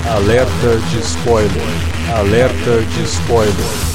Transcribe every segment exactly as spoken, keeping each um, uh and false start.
Alerta de spoiler. Alerta de spoiler.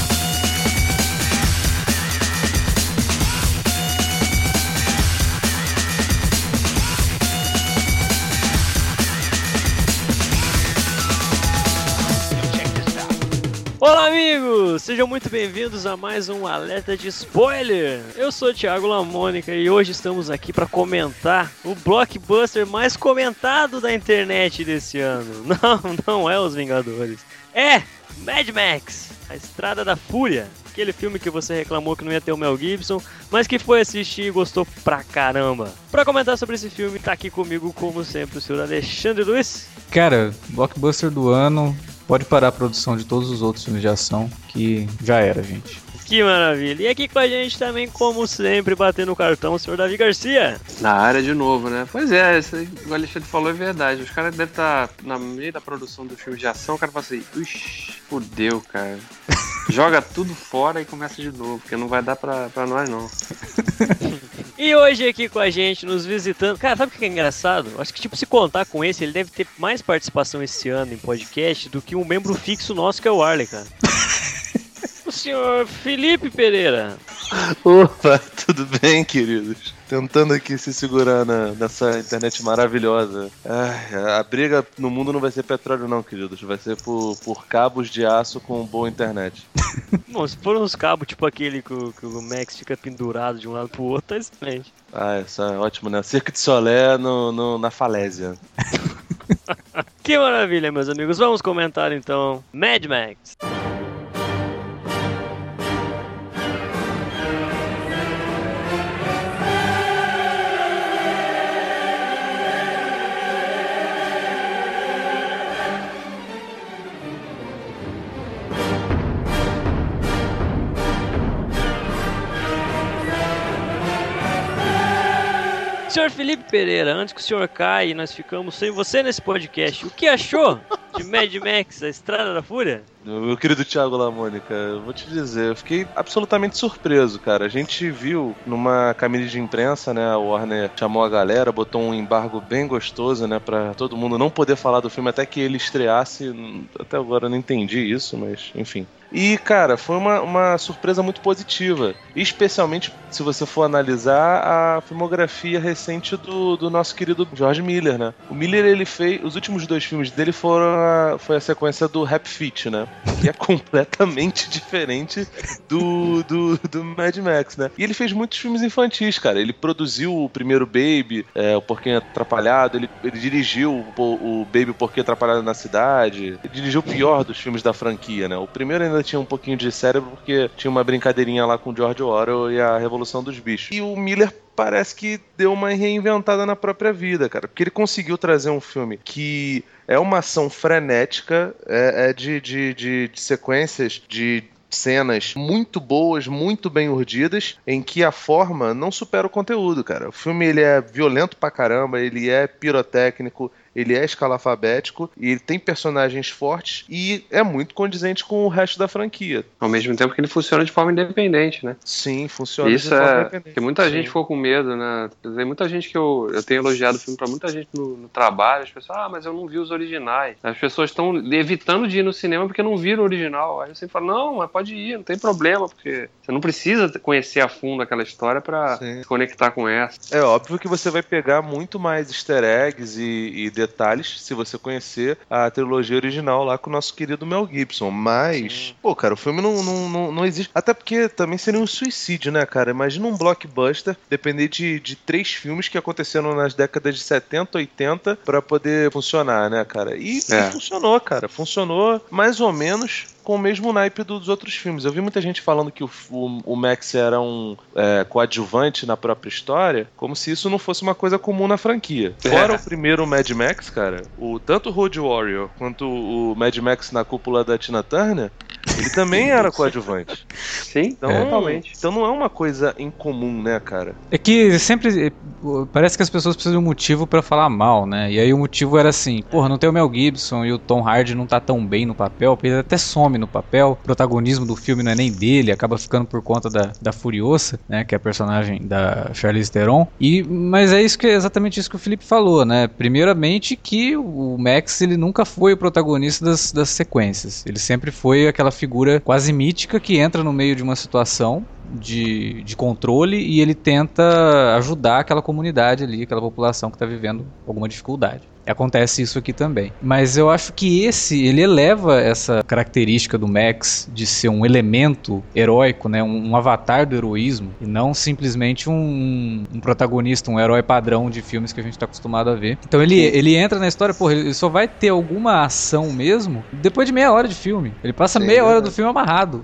Olá amigos, sejam muito bem-vindos a mais um Alerta de Spoiler. Eu sou o Thiago Lamônica e hoje estamos aqui para comentar o blockbuster mais comentado da internet desse ano. Não, não é Os Vingadores, é Mad Max, A Estrada da Fúria. Aquele filme que você reclamou que não ia ter o Mel Gibson, mas que foi assistir e gostou pra caramba. Pra comentar sobre esse filme, tá aqui comigo, como sempre, o senhor Alexandre Luiz. Cara, blockbuster do ano, pode parar a produção de todos os outros filmes de ação, que já era, gente. Que maravilha. E aqui com a gente também, como sempre, batendo o cartão, o senhor Davi Garcia. Na área de novo, né? Pois é, isso aí que o Alexandre falou é verdade. Os caras devem estar no meio da produção do filme de ação, o cara fala assim, uixi, fudeu, cara. Joga tudo fora e começa de novo, porque não vai dar pra, pra nós, não. E hoje aqui com a gente, nos visitando... Cara, sabe o que é engraçado? Acho que, tipo, se contar com esse, ele deve ter mais participação esse ano em podcast do que um membro fixo nosso, que é o Arley, cara. O senhor Felipe Pereira. Opa, tudo bem, queridos? Tentando aqui se segurar na, nessa internet maravilhosa. Ai, a briga no mundo não vai ser petróleo não, queridos. Vai ser por, por cabos de aço com boa internet. Bom, se for uns cabos, tipo aquele que o, que o Max fica pendurado de um lado pro outro, tá excelente. Ah, isso é ótimo, né? Cirque de Solé no, no, na falésia. Que maravilha, meus amigos. Vamos comentar, então, Mad Max. Senhor Felipe Pereira, antes que o senhor caia e nós ficamos sem você nesse podcast, o que achou de Mad Max, A Estrada da Fúria? Meu querido Thiago Lamônica, eu vou te dizer, eu fiquei absolutamente surpreso, cara. A gente viu numa cabine de imprensa, né, a Warner chamou a galera, botou um embargo bem gostoso, né, pra todo mundo não poder falar do filme até que ele estreasse. Até agora eu não entendi isso, mas enfim. E, cara, foi uma, uma surpresa muito positiva, especialmente se você for analisar a filmografia recente do, do nosso querido George Miller, né? O Miller, ele fez, os últimos dois filmes dele foram a, foi a sequência do Happy Feet, né? Que é completamente diferente do, do, do Mad Max, né? E ele fez muitos filmes infantis, cara. Ele produziu o primeiro Baby, é, o Porquinho Atrapalhado, ele, ele dirigiu o, o Baby, o Porquinho Atrapalhado na Cidade, ele dirigiu o pior dos filmes da franquia, né? O primeiro ainda tinha um pouquinho de cérebro porque tinha uma brincadeirinha lá com George Orwell e a Revolução dos Bichos. E o Miller parece que deu uma reinventada na própria vida, cara, porque ele conseguiu trazer um filme que é uma ação frenética, é, é de, de, de, de sequências de cenas muito boas, muito bem urdidas, em que a forma não supera o conteúdo, cara. O filme, ele é violento pra caramba, ele é pirotécnico, ele é escalafabético, e ele tem personagens fortes e é muito condizente com o resto da franquia. Ao mesmo tempo que ele funciona de forma independente, né? Sim, funciona Isso de forma é... independente. Porque muita Sim. gente ficou com medo, né? Quer dizer, muita gente que eu, eu tenho elogiado o filme pra muita gente no, no trabalho, as pessoas, ah, mas eu não vi os originais. As pessoas estão evitando de ir no cinema porque não viram o original. Aí eu sempre falo, não, mas pode ir, não tem problema, porque você não precisa conhecer a fundo aquela história pra Sim. se conectar com essa. É óbvio que você vai pegar muito mais easter eggs e, e detalhes se você conhecer a trilogia original lá com o nosso querido Mel Gibson, mas, Sim. pô, cara, o filme não, não, não, não existe, até porque também seria um suicídio, né, cara? Imagina um blockbuster depender de, de três filmes que aconteceram nas décadas de setenta, oitenta pra poder funcionar, né, cara? E, é. e funcionou, cara, funcionou mais ou menos com o mesmo naipe dos outros filmes. Eu vi muita gente falando que o, o, o Max era um é, coadjuvante na própria história, como se isso não fosse uma coisa comum na franquia. Fora é. o primeiro Mad Max, cara, o, tanto o Road Warrior quanto o Mad Max na cúpula da Tina Turner Ele também era coadjuvante. Sim, Então, é. Totalmente. Então não é uma coisa incomum, né, cara? É que sempre parece que as pessoas precisam de um motivo pra falar mal, né? E aí o motivo era assim, porra, não tem o Mel Gibson e o Tom Hardy não tá tão bem no papel, ele até some no papel, o protagonismo do filme não é nem dele, acaba ficando por conta da, da Furiosa, né, que é a personagem da Charlize Theron. E, mas é isso que é exatamente isso que o Felipe falou, né? Primeiramente que o Max, ele nunca foi o protagonista das, das sequências, ele sempre foi aquela figura quase mítica que entra no meio de uma situação De, de controle e ele tenta ajudar aquela comunidade ali, aquela população que está vivendo alguma dificuldade. Acontece isso aqui também. Mas eu acho que esse, ele eleva essa característica do Max de ser um elemento heróico, né? um, um avatar do heroísmo, e não simplesmente um, um protagonista, um herói padrão de filmes que a gente está acostumado a ver. Então ele, ele entra na história, porra, ele só vai ter alguma ação mesmo depois de meia hora de filme. Ele passa Sim, meia hora do filme amarrado.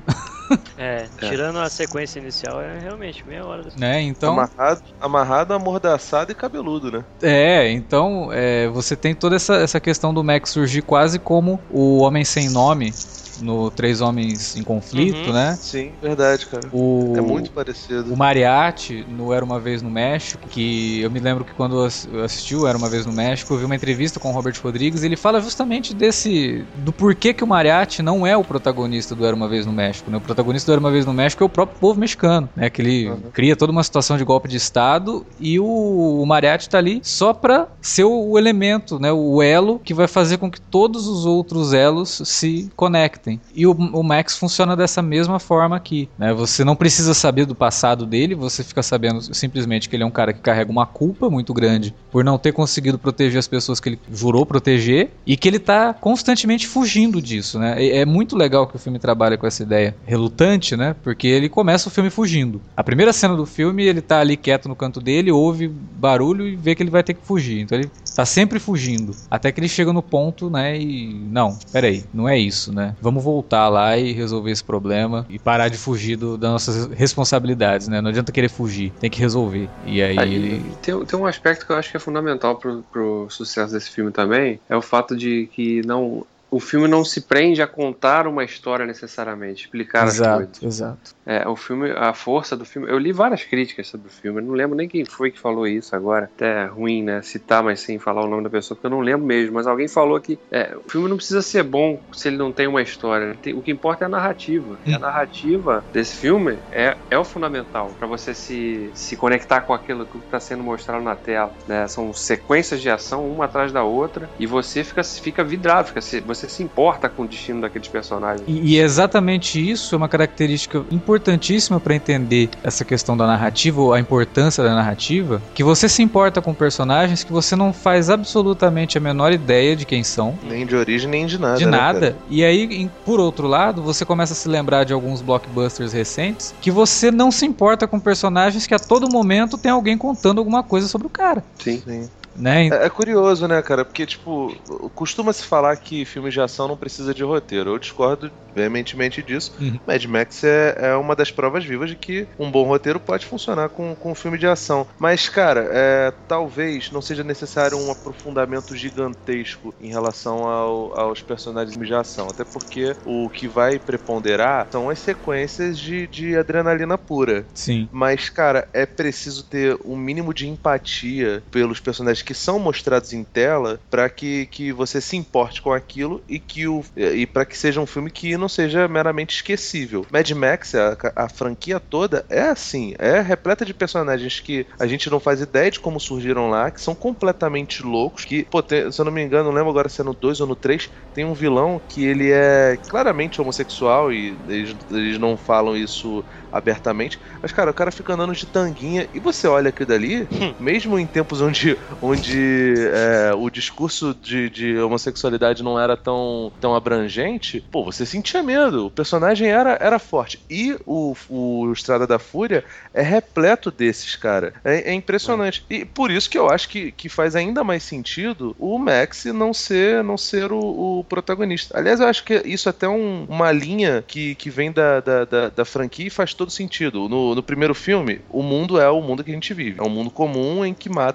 É, tirando a sequência inicial, é realmente meia hora do filme. Né, então... Amarrado, amarrado, amordaçado e cabeludo, né? É, então é, você tem toda essa, essa questão do Max surgir quase como o Homem Sem Nome no Três Homens em Conflito, uhum. né? Sim, verdade, cara. O, é muito parecido. O Mariachi, no Era Uma Vez no México, que eu me lembro que quando eu assisti o Era Uma Vez no México, eu vi uma entrevista com o Robert Rodrigues, e ele fala justamente desse, do porquê que o Mariachi não é o protagonista do Era Uma Vez no México, né? O protagonista do Era Uma Vez no México é o próprio povo mexicano, né? Que ele uhum. cria toda uma situação de golpe de estado, e o, o Mariachi tá ali só pra ser o, o elemento, né? O elo que vai fazer com que todos os outros elos se conectem. E o, o Max funciona dessa mesma forma aqui, né? Você não precisa saber do passado dele, você fica sabendo simplesmente que ele é um cara que carrega uma culpa muito grande por não ter conseguido proteger as pessoas que ele jurou proteger, e que ele tá constantemente fugindo disso, né? É, é muito legal que o filme trabalha com essa ideia relutante, né? Porque ele começa o filme fugindo. A primeira cena do filme, ele tá ali quieto no canto dele, ouve barulho e vê que ele vai ter que fugir. Então ele tá sempre fugindo, até que ele chega no ponto, né? E não, peraí, não é isso, né? Vamos voltar lá e resolver esse problema e parar de fugir do, das nossas responsabilidades, né? Não adianta querer fugir, tem que resolver. E aí, aí ele... Tem, tem um aspecto que eu acho que é fundamental pro, pro sucesso desse filme também, é o fato de que não... o filme não se prende a contar uma história necessariamente, explicar exato, as coisas. Exato. É, o filme, a força do filme... Eu li várias críticas sobre o filme, eu não lembro nem quem foi que falou isso agora. Até é ruim, né, citar, mas sem falar o nome da pessoa, porque eu não lembro mesmo. Mas alguém falou que é, o filme não precisa ser bom se ele não tem uma história. Tem, o que importa é a narrativa. E a narrativa desse filme é, é o fundamental para você se, se conectar com aquilo que está sendo mostrado na tela, né? São sequências de ação, uma atrás da outra, e você fica, fica vidrado, fica, você se importa com o destino daqueles personagens. E, e exatamente isso é uma característica importantíssima para entender essa questão da narrativa, ou a importância da narrativa, que você se importa com personagens que você não faz absolutamente a menor ideia de quem são. Nem de origem, nem de nada. De né, nada. Cara? E aí, em, por outro lado, você começa a se lembrar de alguns blockbusters recentes que você não se importa com personagens que a todo momento tem alguém contando alguma coisa sobre o cara. Sim, sim. Né? É, é curioso, né, cara? Porque, tipo, costuma-se falar que filme de ação não precisa de roteiro. Eu discordo veementemente disso. Uhum. Mad Max é, é uma das provas vivas de que um bom roteiro pode funcionar com, com um filme de ação. Mas, cara, é, talvez não seja necessário um aprofundamento gigantesco em relação ao, aos personagens de ação. Até porque o que vai preponderar são as sequências de, de adrenalina pura. Sim. Mas, cara, é preciso ter um mínimo de empatia pelos personagens que são mostrados em tela para que, que você se importe com aquilo e, que o, e para que seja um filme que não seja meramente esquecível. Mad Max, a, a franquia toda, é assim, é repleta de personagens que a gente não faz ideia de como surgiram lá, que são completamente loucos, que, pô, tem, se eu não me engano, não lembro agora se é no dois ou no três, tem um vilão que ele é claramente homossexual e eles, eles não falam isso abertamente, mas, cara, o cara fica andando de tanguinha e você olha aquilo dali, hum. mesmo em tempos onde, onde é, o discurso de, de homossexualidade não era tão, tão abrangente, pô, você sentia medo, o personagem era, era forte. E o, o Estrada da Fúria é repleto desses, cara. É, é impressionante. É. E por isso que eu acho que, que faz ainda mais sentido o Max não ser, não ser o, o protagonista. Aliás, eu acho que isso é até um, uma linha que, que vem da, da, da, da franquia e faz todo sentido. No, no primeiro filme, o mundo é o mundo que a gente vive. É um mundo comum em que matam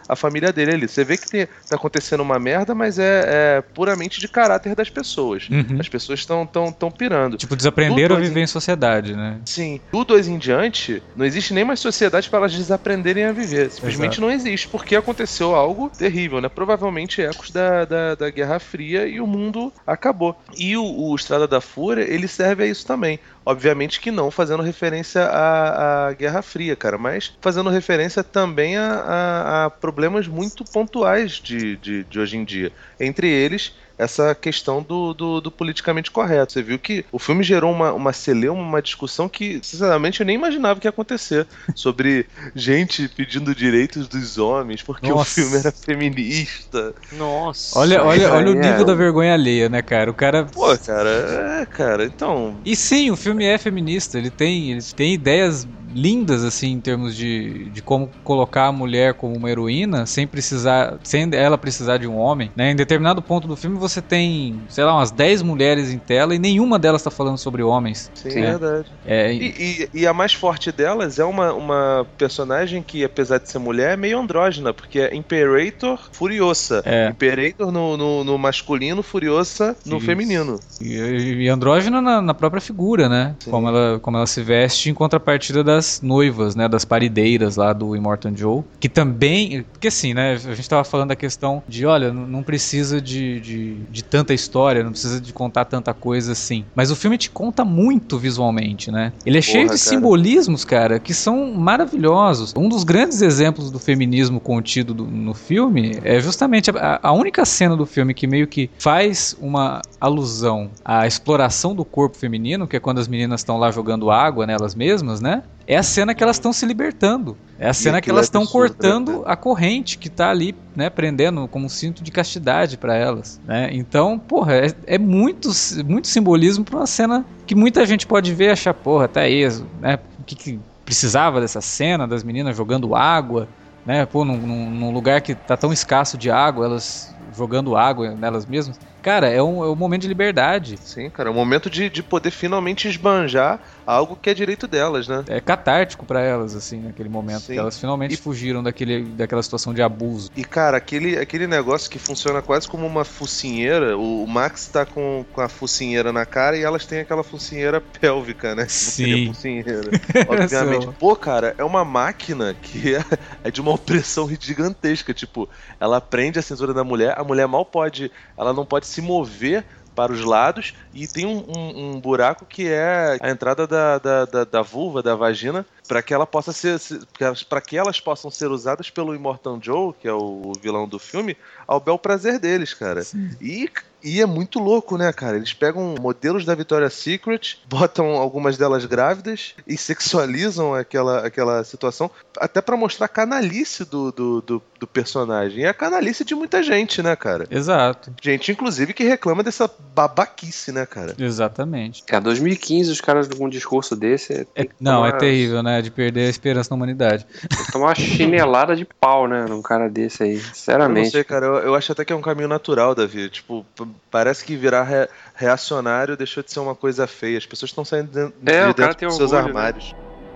a família dele ali. Você vê que tem, tá acontecendo uma merda, mas é, é puramente de caráter das pessoas. Uhum. As pessoas estão tão, tão pirando. Tipo, desaprenderam a Do dois viver em- em sociedade, né? Sim. Do dois em diante, não existe nem mais sociedade para elas desaprenderem a viver. Simplesmente Exato. não existe, porque aconteceu algo terrível, né? Provavelmente ecos da, da, da Guerra Fria e o mundo acabou. E o, o Estrada da Fúria, ele serve a isso também. Obviamente que não fazendo referência à, à Guerra Fria, cara, mas fazendo referência também a, a, a problemas muito pontuais de, de, de hoje em dia. Entre eles, essa questão do, do, do politicamente correto. Você viu que o filme gerou uma, uma celeuma, uma discussão que, sinceramente, eu nem imaginava que ia acontecer. Sobre gente pedindo direitos dos homens, porque Nossa. o filme era feminista. Nossa. Olha, olha, isso olha o aí nível é- da vergonha alheia, né, cara? O cara... Pô, cara, é, cara, então... E sim, o filme é feminista, ele tem, ele tem ideias lindas, assim, em termos de, de como colocar a mulher como uma heroína, sem precisar, sem ela precisar de um homem, né? Em determinado ponto do filme você tem, sei lá, umas dez mulheres em tela e nenhuma delas tá falando sobre homens. Sim, Sim. é verdade. É, E, e- e a mais forte delas é uma, uma personagem que, apesar de ser mulher, é meio andrógena, porque é Imperator Furiosa. É. Imperator no, no, no masculino, Furiosa no Isso. feminino. E, e andrógena na, na própria figura, né? Sim. Como ela, como ela se veste em contrapartida das noivas, né? Das parideiras lá do Immortan Joe. Que também... Porque assim, né? A gente tava falando da questão de, olha, não, não precisa de, de, de tanta história, não precisa de contar tanta coisa assim. Mas o filme te conta muito visualmente, né? Ele é cheio de cara. simbolismos, cara, que são maravilhosos. Um dos grandes exemplos do feminismo contido do- no filme é justamente a, a única cena do filme que meio que faz uma alusão à exploração do corpo feminino, que é quando as meninas estão lá jogando água nelas mesmas, né? É a cena que elas estão se libertando. É a cena que aquilo elas é estão absurdo, cortando né? a corrente que tá ali, né, prendendo como um cinto de castidade pra elas, né? Então, porra, é, é muito, muito simbolismo pra uma cena que muita gente pode ver e achar, porra, tá aí, né? O que, que precisava dessa cena das meninas jogando água, né? Pô, num, num, num lugar que tá tão escasso de água, elas jogando água nelas mesmas. Cara, é um, é um momento de liberdade. Sim, cara, é o momento de, de poder finalmente esbanjar algo que é direito delas, né? É catártico pra elas, assim, naquele momento. Sim. Que elas finalmente E- fugiram daquele, daquela situação de abuso. E, cara, aquele, aquele negócio que funciona quase como uma focinheira, o, o Max tá com, com a focinheira na cara e elas têm aquela focinheira pélvica, né? Sim. Focinheira, obviamente. São. Pô, cara, é uma máquina que é, é de uma opressão gigantesca. Tipo, ela prende a cintura da mulher, a mulher mal pode, ela não pode se mover para os lados e tem um, um- um buraco que é a entrada da, da, da, da vulva, da vagina, para que ela possa ser, para que elas possam ser usadas pelo Immortan Joe, que é o vilão do filme, ao bel prazer deles, cara. E E é muito louco, né, cara? Eles pegam modelos da Victoria's Secret, botam algumas delas grávidas e sexualizam aquela, aquela situação, até pra mostrar a canalice do, do, do, do personagem. E a canalice de muita gente, né, cara? Exato. Gente, inclusive, que reclama dessa babaquice, né, cara? Exatamente. Cara, dois mil e quinze os caras com um discurso desse... É- tem que não, tomar- é terrível, né? De perder a esperança na humanidade. tem que tomar uma chinelada de pau, né, num cara desse aí. Eu não Sinceramente. sei, cara. Eu, eu acho até que é um caminho natural, Davi. Tipo, p- parece que virar re- reacionário deixou de ser uma coisa feia. As pessoas estão saindo de, de É, o dentro cara tem dos seus orgulho, né? armários.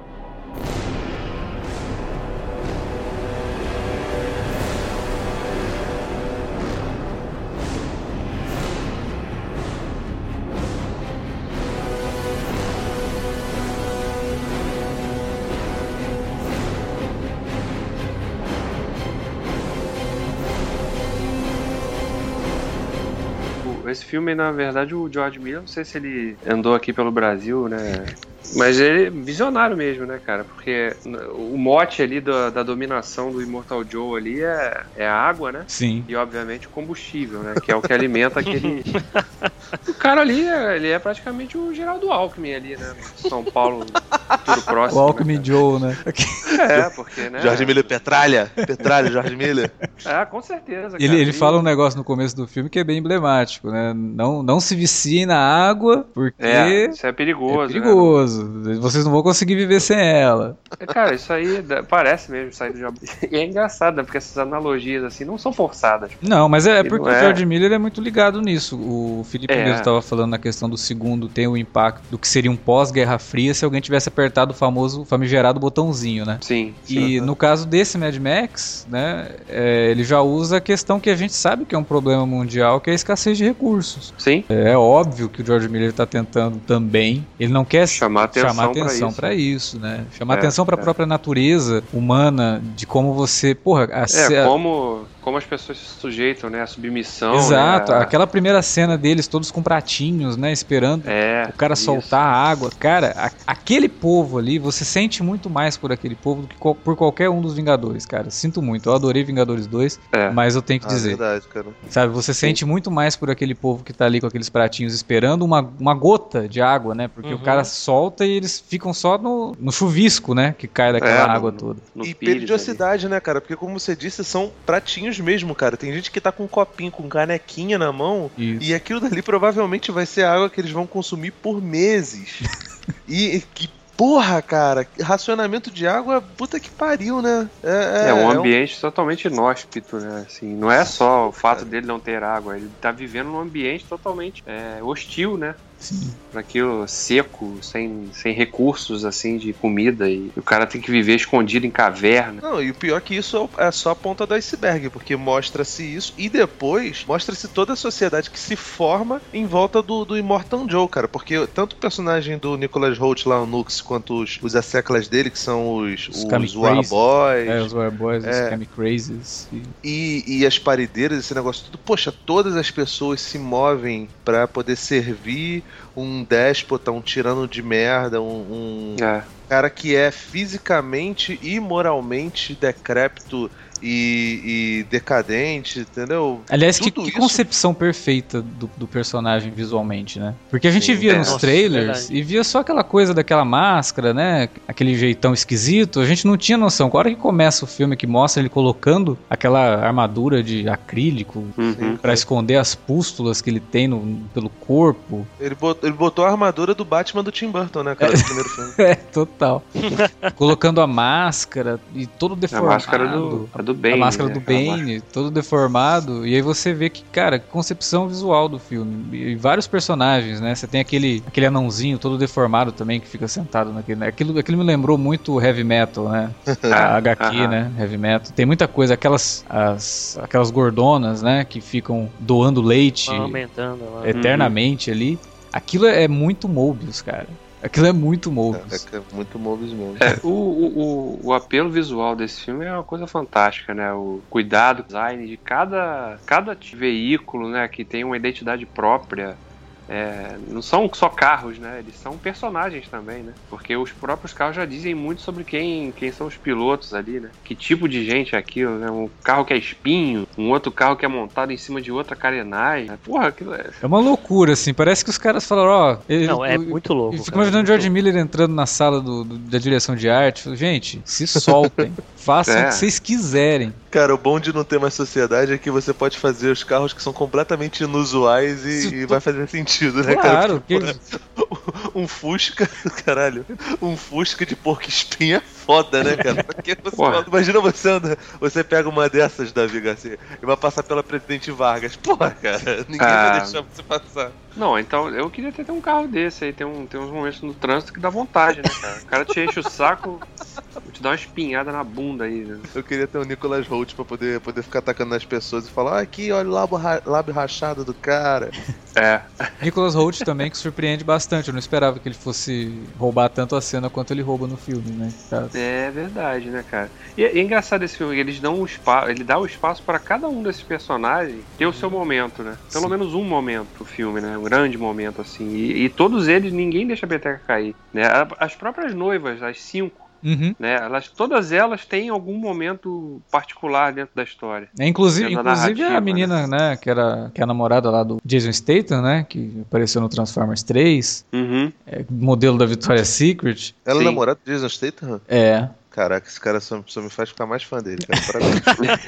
Esse filme, na verdade, o George Miller, não sei se ele andou aqui pelo Brasil, né? Mas ele é visionário mesmo, né, cara? Porque o mote ali da, da dominação do Immortal Joe ali é, é a água, né? Sim. E, obviamente, o combustível, né? Que é o que alimenta aquele... O cara ali, é- ele é praticamente o Geraldo Alckmin ali, né? São Paulo, tudo O próximo. Alckmin né, Joe, né? cara? É, porque, né? Jorge Miller Petralha. Petralha, Jorge Miller. É, com certeza, cara. Ele, ele E- fala um negócio no começo do filme que é bem emblemático, né? Não, não se vicie na água, porque É, isso é perigoso, é perigoso. Vocês não vão conseguir viver sem ela. né? Cara, isso aí dá- parece mesmo sair do Jabu. E é engraçado, né? Porque essas analogias, assim, não são forçadas. Não, mas é E porque não o é- George Miller é muito ligado nisso. O Felipe É. mesmo estava falando na questão do segundo ter o impacto do que seria um pós-Guerra Fria se alguém tivesse apertado o famoso famigerado botãozinho, né? Sim. E sim. no caso desse Mad Max, né, é, ele já usa a questão que a gente sabe que é um problema mundial, que é a escassez de recursos. Sim. É óbvio que o George Miller está tentando também. Ele não quer chamar atenção, chamar atenção para isso. isso, né? Chamar é, atenção para a é. própria natureza humana, de como você, porra, a, é como como as pessoas se sujeitam, né, à submissão. Exato. Né, a... Aquela primeira cena deles todos com pratinhos, né, esperando é, o cara isso. soltar a água. Cara, a, aquele povo ali, você sente muito mais por aquele povo do que co- por qualquer um dos Vingadores, cara. Sinto muito. Eu adorei Vingadores dois, é. mas eu tenho que Ah, dizer. verdade, cara. Sabe, você sente muito mais por aquele povo que tá ali com aqueles pratinhos esperando uma, uma gota de água, né? Porque Uhum. o cara solta e eles ficam só no, no chuvisco, né? Que cai daquela É, água no- toda. no E Pires periodicidade, né, cara? Porque como você disse, são pratinhos mesmo, cara. Tem gente que tá com um copinho, com canequinha na mão, Isso. e aquilo dali provavelmente vai ser a água que eles vão consumir por meses. e que porra, cara, racionamento de água, puta que pariu, né? É, é um ambiente totalmente inóspito, né? Assim, não é só o fato dele não ter água, ele tá vivendo num ambiente totalmente é, hostil, né? Sim. Para aquilo seco, sem, sem recursos assim de comida, e o cara tem que viver escondido em caverna. Não, e o pior é que isso é só a ponta do iceberg, porque mostra-se isso e depois mostra-se toda a sociedade que se forma em volta do, do Immortan Joe, cara, porque tanto o personagem do Nicholas Hoult lá, o Nux, quanto os, os asseclas dele, que são os, Os os, Kami os War Crazy. Boys, É, os War Boys, os É. Kami Crazies. E... E, e as paredeiras, esse negócio tudo, poxa, todas as pessoas se movem pra poder servir um déspota, um tirano de merda, um, um É. cara que é fisicamente e moralmente decrépito e, e decadente, entendeu? Aliás, que, Tudo que isso- concepção perfeita do, do personagem visualmente, né? Porque a gente Sim, via é. nos Nossa, trailers verdade. e via só aquela coisa daquela máscara, né? Aquele jeitão esquisito. A gente não tinha noção. Com a hora que começa o filme, que mostra ele colocando aquela armadura de acrílico Uhum. pra esconder as pústulas que ele tem no, pelo corpo. Ele botou, ele botou a armadura do Batman do Tim Burton, né, cara, no primeiro filme. É, total. Colocando a máscara e todo A deformado. máscara do, a do Bane. a máscara né? do Aquela Bane, todo deformado, e aí você vê que, cara, concepção visual do filme, e vários personagens, né, você tem aquele, aquele anãozinho todo deformado também, que fica sentado naquele, né? aquilo, aquilo me lembrou muito Heavy Metal, né, a H Q, aham. né, Heavy Metal, tem muita coisa, aquelas, as, aquelas gordonas, né, que ficam doando leite Aumentando lá. eternamente ali, aquilo é muito Mobius, cara. Aquilo é muito Mobius. É, é muito Mobius mesmo. É, o, o, o, o apelo visual desse filme é uma coisa fantástica, né? O cuidado, o design de cada, cada veículo, né? Que tem uma identidade própria. É, não são só carros, né? Eles são personagens também, né? Porque os próprios carros já dizem muito sobre quem, quem são os pilotos ali, né? Que tipo de gente é aquilo, né? Um carro que é espinho, um outro carro que é montado em cima de outra carenagem. Né? Porra, aquilo é... É uma loucura, assim, parece que os caras falaram, ó... ele- Não, é o- muito louco. E fico cara, imaginando o muito George Miller entrando na sala do, do- da direção de arte. Falei, gente, se soltem. Façam É. o que vocês quiserem. Cara, o bom de não ter mais sociedade é que você pode fazer os carros que são completamente inusuais e, Se e tu- vai fazer sentido, né, Claro, cara? que- Porque, porra, um Fusca, caralho, um Fusca de porco espinho é foda, né, cara? Porque você Porra. fala- imagina você anda, você pega uma dessas, Davi Garcia, e vai passar pela Presidente Vargas. Porra, cara, ninguém Ah. vai deixar você passar. Não, então eu queria ter, ter um carro desse aí. Tem, um, tem uns momentos no trânsito que dá vontade, né, cara? O cara te enche o saco, vou te dar uma espinhada na bunda aí, né? Eu queria ter o Nicholas Hoult pra poder, poder ficar atacando nas pessoas e falar, ah, aqui, olha o lábio, ra- lábio rachado do cara. É. Nicholas Hoult também, que surpreende bastante. Eu não esperava que ele fosse roubar tanto a cena quanto ele rouba no filme, né? Tá. É verdade, né, cara? E é, é engraçado esse filme, eles dão um espaço, ele dá o espaço para cada um desses personagens ter o seu momento, né? Pelo Sim. menos um momento pro filme, né? Um grande momento, assim. E, e todos eles, ninguém deixa a peteca cair, né? A- As próprias noivas, as cinco, Uhum. né? Elas, todas elas têm algum momento particular dentro da história. É, inclusive, Dentro da inclusive a narrativa, menina, né, que era que é a namorada lá do Jason Statham, né, que apareceu no Transformers três, Uhum. é, modelo da Victoria's Secret. Ela é Sim. namorada do Jason Statham? É. Caraca, esse cara só, só me faz ficar mais fã dele, cara. Parabéns.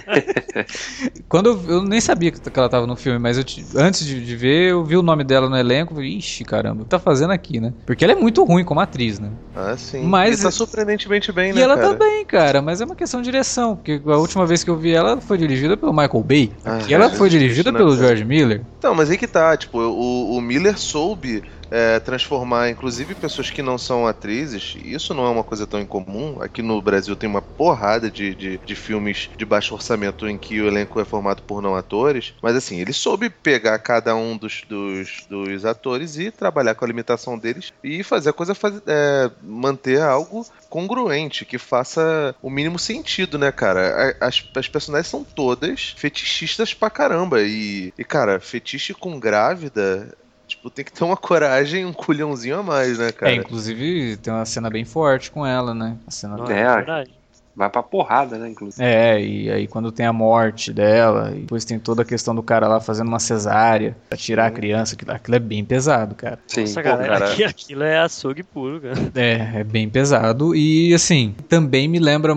Quando eu, eu nem sabia que que ela tava no filme, mas eu te- antes de, de ver, eu vi o nome dela no elenco e falei, ixi, caramba, o que tá fazendo aqui, né? Porque ela é muito ruim como atriz, né? Ah, sim. Mas- E tá surpreendentemente bem, E né, ela cara? tá bem, cara, mas é uma questão de direção, porque a última vez que eu vi ela foi dirigida pelo Michael Bay. Ah, E ela é foi justo, dirigida né, pelo cara? George Miller. Então, mas aí que tá, tipo, o, o Miller soube é, transformar, inclusive, pessoas que não são atrizes. Isso não é uma coisa tão incomum. Aqui no Brasil tem uma porrada de, de, de filmes de baixo orçamento em que o elenco é formado por não atores. Mas assim, ele soube pegar cada um dos, dos, dos atores e trabalhar com a limitação deles e fazer a coisa, faz, é, manter algo congruente, que faça o mínimo sentido, né, cara? As, as personagens são todas fetichistas pra caramba. E, e, cara, fetiche com grávida... Tipo, tem que ter uma coragem, um culhãozinho a mais, né, cara? É, inclusive tem uma cena bem forte com ela, né? A cena Não, dela. é É. verdade. Vai pra porrada, né, inclusive. É, e aí quando tem a morte dela, e depois tem toda a questão do cara lá fazendo uma cesárea pra tirar a criança, aquilo, aquilo é bem pesado, cara. Sim, Nossa, pô, cara, cara. aqui- aquilo é açougue puro, cara. É, é bem pesado e assim, também me lembra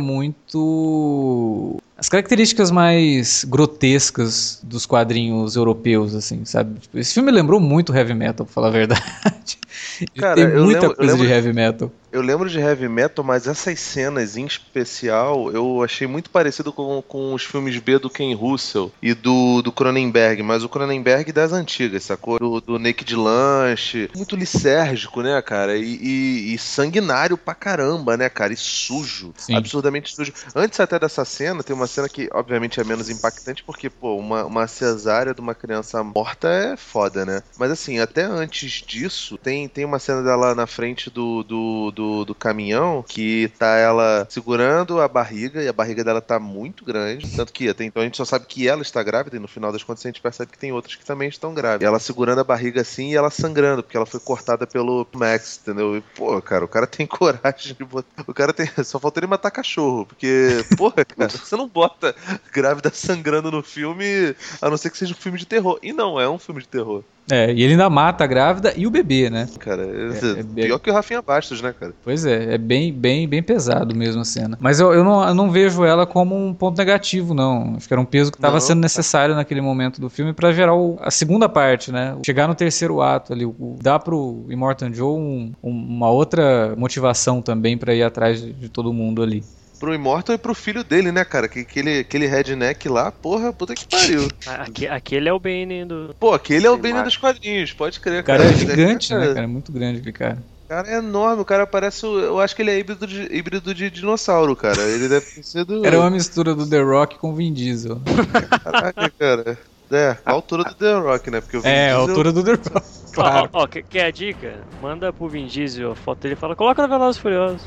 muito as características mais grotescas dos quadrinhos europeus, assim, sabe? Tipo, esse filme lembrou muito Heavy Metal, pra falar a verdade. E Cara, tem eu muita lembro- eu coisa lembro- de Heavy Metal. Eu lembro de Heavy Metal, mas essas cenas em especial eu achei muito parecido com, com os filmes B do Ken Russell e do, do Cronenberg, mas o Cronenberg das antigas, sacou? Do, do Naked Lunch. Muito lisérgico, né, cara? E, e- e sanguinário pra caramba, né, cara? E sujo. Sim. Absurdamente sujo. Antes até dessa cena, tem uma cena que, obviamente, é menos impactante, porque, pô, uma, uma cesárea de uma criança morta é foda, né? Mas assim, até antes disso, tem, tem uma cena dela na frente do, do, do, do caminhão, que tá ela segurando a barriga, e a barriga dela tá muito grande, tanto que até então a gente só sabe que ela está grávida, e no final das contas a gente percebe que tem outras que também estão grávidas. E ela segurando a barriga assim, e ela sangrando, porque ela foi cortada pelo Max, entendeu? E, pô, cara, o cara tem coragem de botar... O cara tem... Só faltou ele matar cachorro, porque, porra, cara, você não bota grávida sangrando no filme, a não ser que seja um filme de terror. E não é um filme de terror. É, e ele ainda mata a grávida e o bebê, né? Cara, É, é- pior que o Rafinha Bastos, né, cara? Pois é, é bem, bem, bem pesado mesmo a cena. Mas eu, eu, não, eu não vejo ela como um ponto negativo, não. Acho que era um peso que estava Não. sendo necessário naquele momento do filme pra gerar o- a segunda parte, né? Chegar no terceiro ato ali, o- dar pro Immortan Joe um- um- uma outra motivação também pra ir atrás de, de todo mundo ali. Pro Immortal e pro filho dele, né, cara? Que, aquele, aquele redneck lá, porra, puta que pariu. Aqui- aquele é o Bane do. Pô, aquele é o Sim, Bane mas- dos quadrinhos, pode crer, O cara é Ele gigante, cara, né, cara? É muito grande aquele cara. O cara é enorme, o cara parece. o- Eu acho que ele é híbrido de, híbrido de dinossauro, cara. Ele deve ter sido. Era uma mistura do The Rock com o Vin Diesel. Caraca, cara. É, a altura do The Rock, né? Porque o Vin É, a Diesel- altura do The Rock, claro. Ó, ó, quer, quer a dica? Manda pro Vin Diesel a foto dele e fala: coloca no Velozes e Furiosos.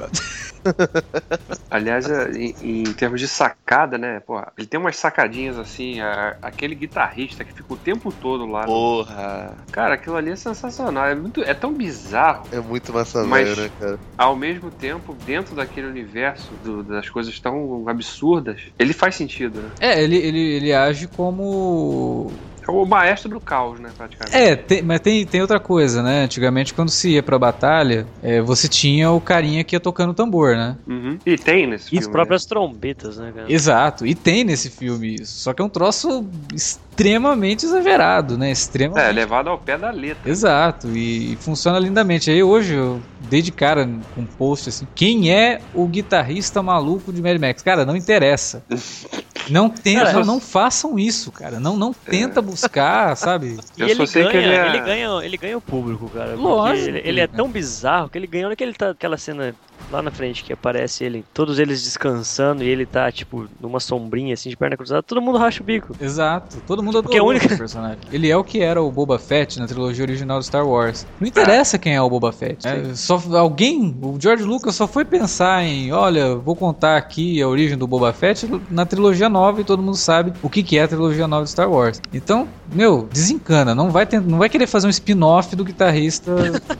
Aliás, é, em, em termos de sacada, né? Porra, ele tem umas sacadinhas assim, a- aquele guitarrista que fica o tempo todo lá. no- Porra. Cara, aquilo ali é sensacional. É, muito, é tão bizarro, É muito massa Mas- velho, né, cara? ao mesmo tempo, dentro daquele universo do- das coisas tão absurdas, ele faz sentido, né? É, ele, ele, ele age como... É o maestro do caos, né, praticamente. É, tem- mas tem, tem outra coisa, né? Antigamente, quando se ia pra batalha, é, você tinha o carinha que ia tocando tambor, né? Uhum. E tem nesse E filme. as próprias trombetas, né, cara? Exato, e tem nesse filme isso. Só que é um troço extremamente exagerado, né? Né? Extremamente. É, levado ao pé da letra. Exato, e, e funciona lindamente. Aí hoje eu dei de cara com um post assim: quem é o guitarrista maluco de Mad Max? Cara, não interessa. Não tenta, Cara, não, não façam isso, cara. Não, não tenta buscar, sabe? E Eu ele só sei ganha, que ele é- ele ganha, ele ganha o público, cara. porque Lógico, Ele, ele é cara. tão bizarro que ele ganha. Olha que ele tá aquela cena lá na frente que aparece ele, todos eles descansando e ele tá tipo numa sombrinha assim de perna cruzada, todo mundo racha o bico. Exato, todo mundo Porque adorou a única- esse personagem. Ele é o que era o Boba Fett na trilogia original de Star Wars. Não interessa quem é o Boba Fett. É, só alguém, o George Lucas só foi pensar em, olha, vou contar aqui a origem do Boba Fett na trilogia nova e todo mundo sabe o que que é a trilogia nova de Star Wars. Então, meu, desencana, não vai ter, não vai querer fazer um spin-off do guitarrista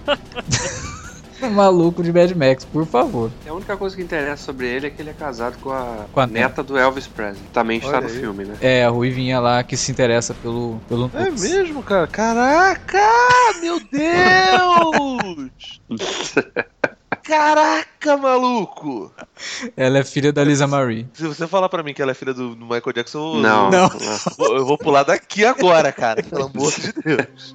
maluco de Mad Max, por favor. A única coisa que interessa sobre ele é que ele é casado com a, Com a neta do Elvis Presley. Também está Olha no aí. filme, né? É, a Ruivinha lá que se interessa pelo pelo É Nux. mesmo, cara? Caraca! Meu Deus! Caraca, maluco! Ela é filha da Lisa Marie. Se você falar pra mim que ela é filha do, do Michael Jackson, eu- Não. Não. eu vou- eu vou pular daqui agora, cara. Pelo amor de Deus.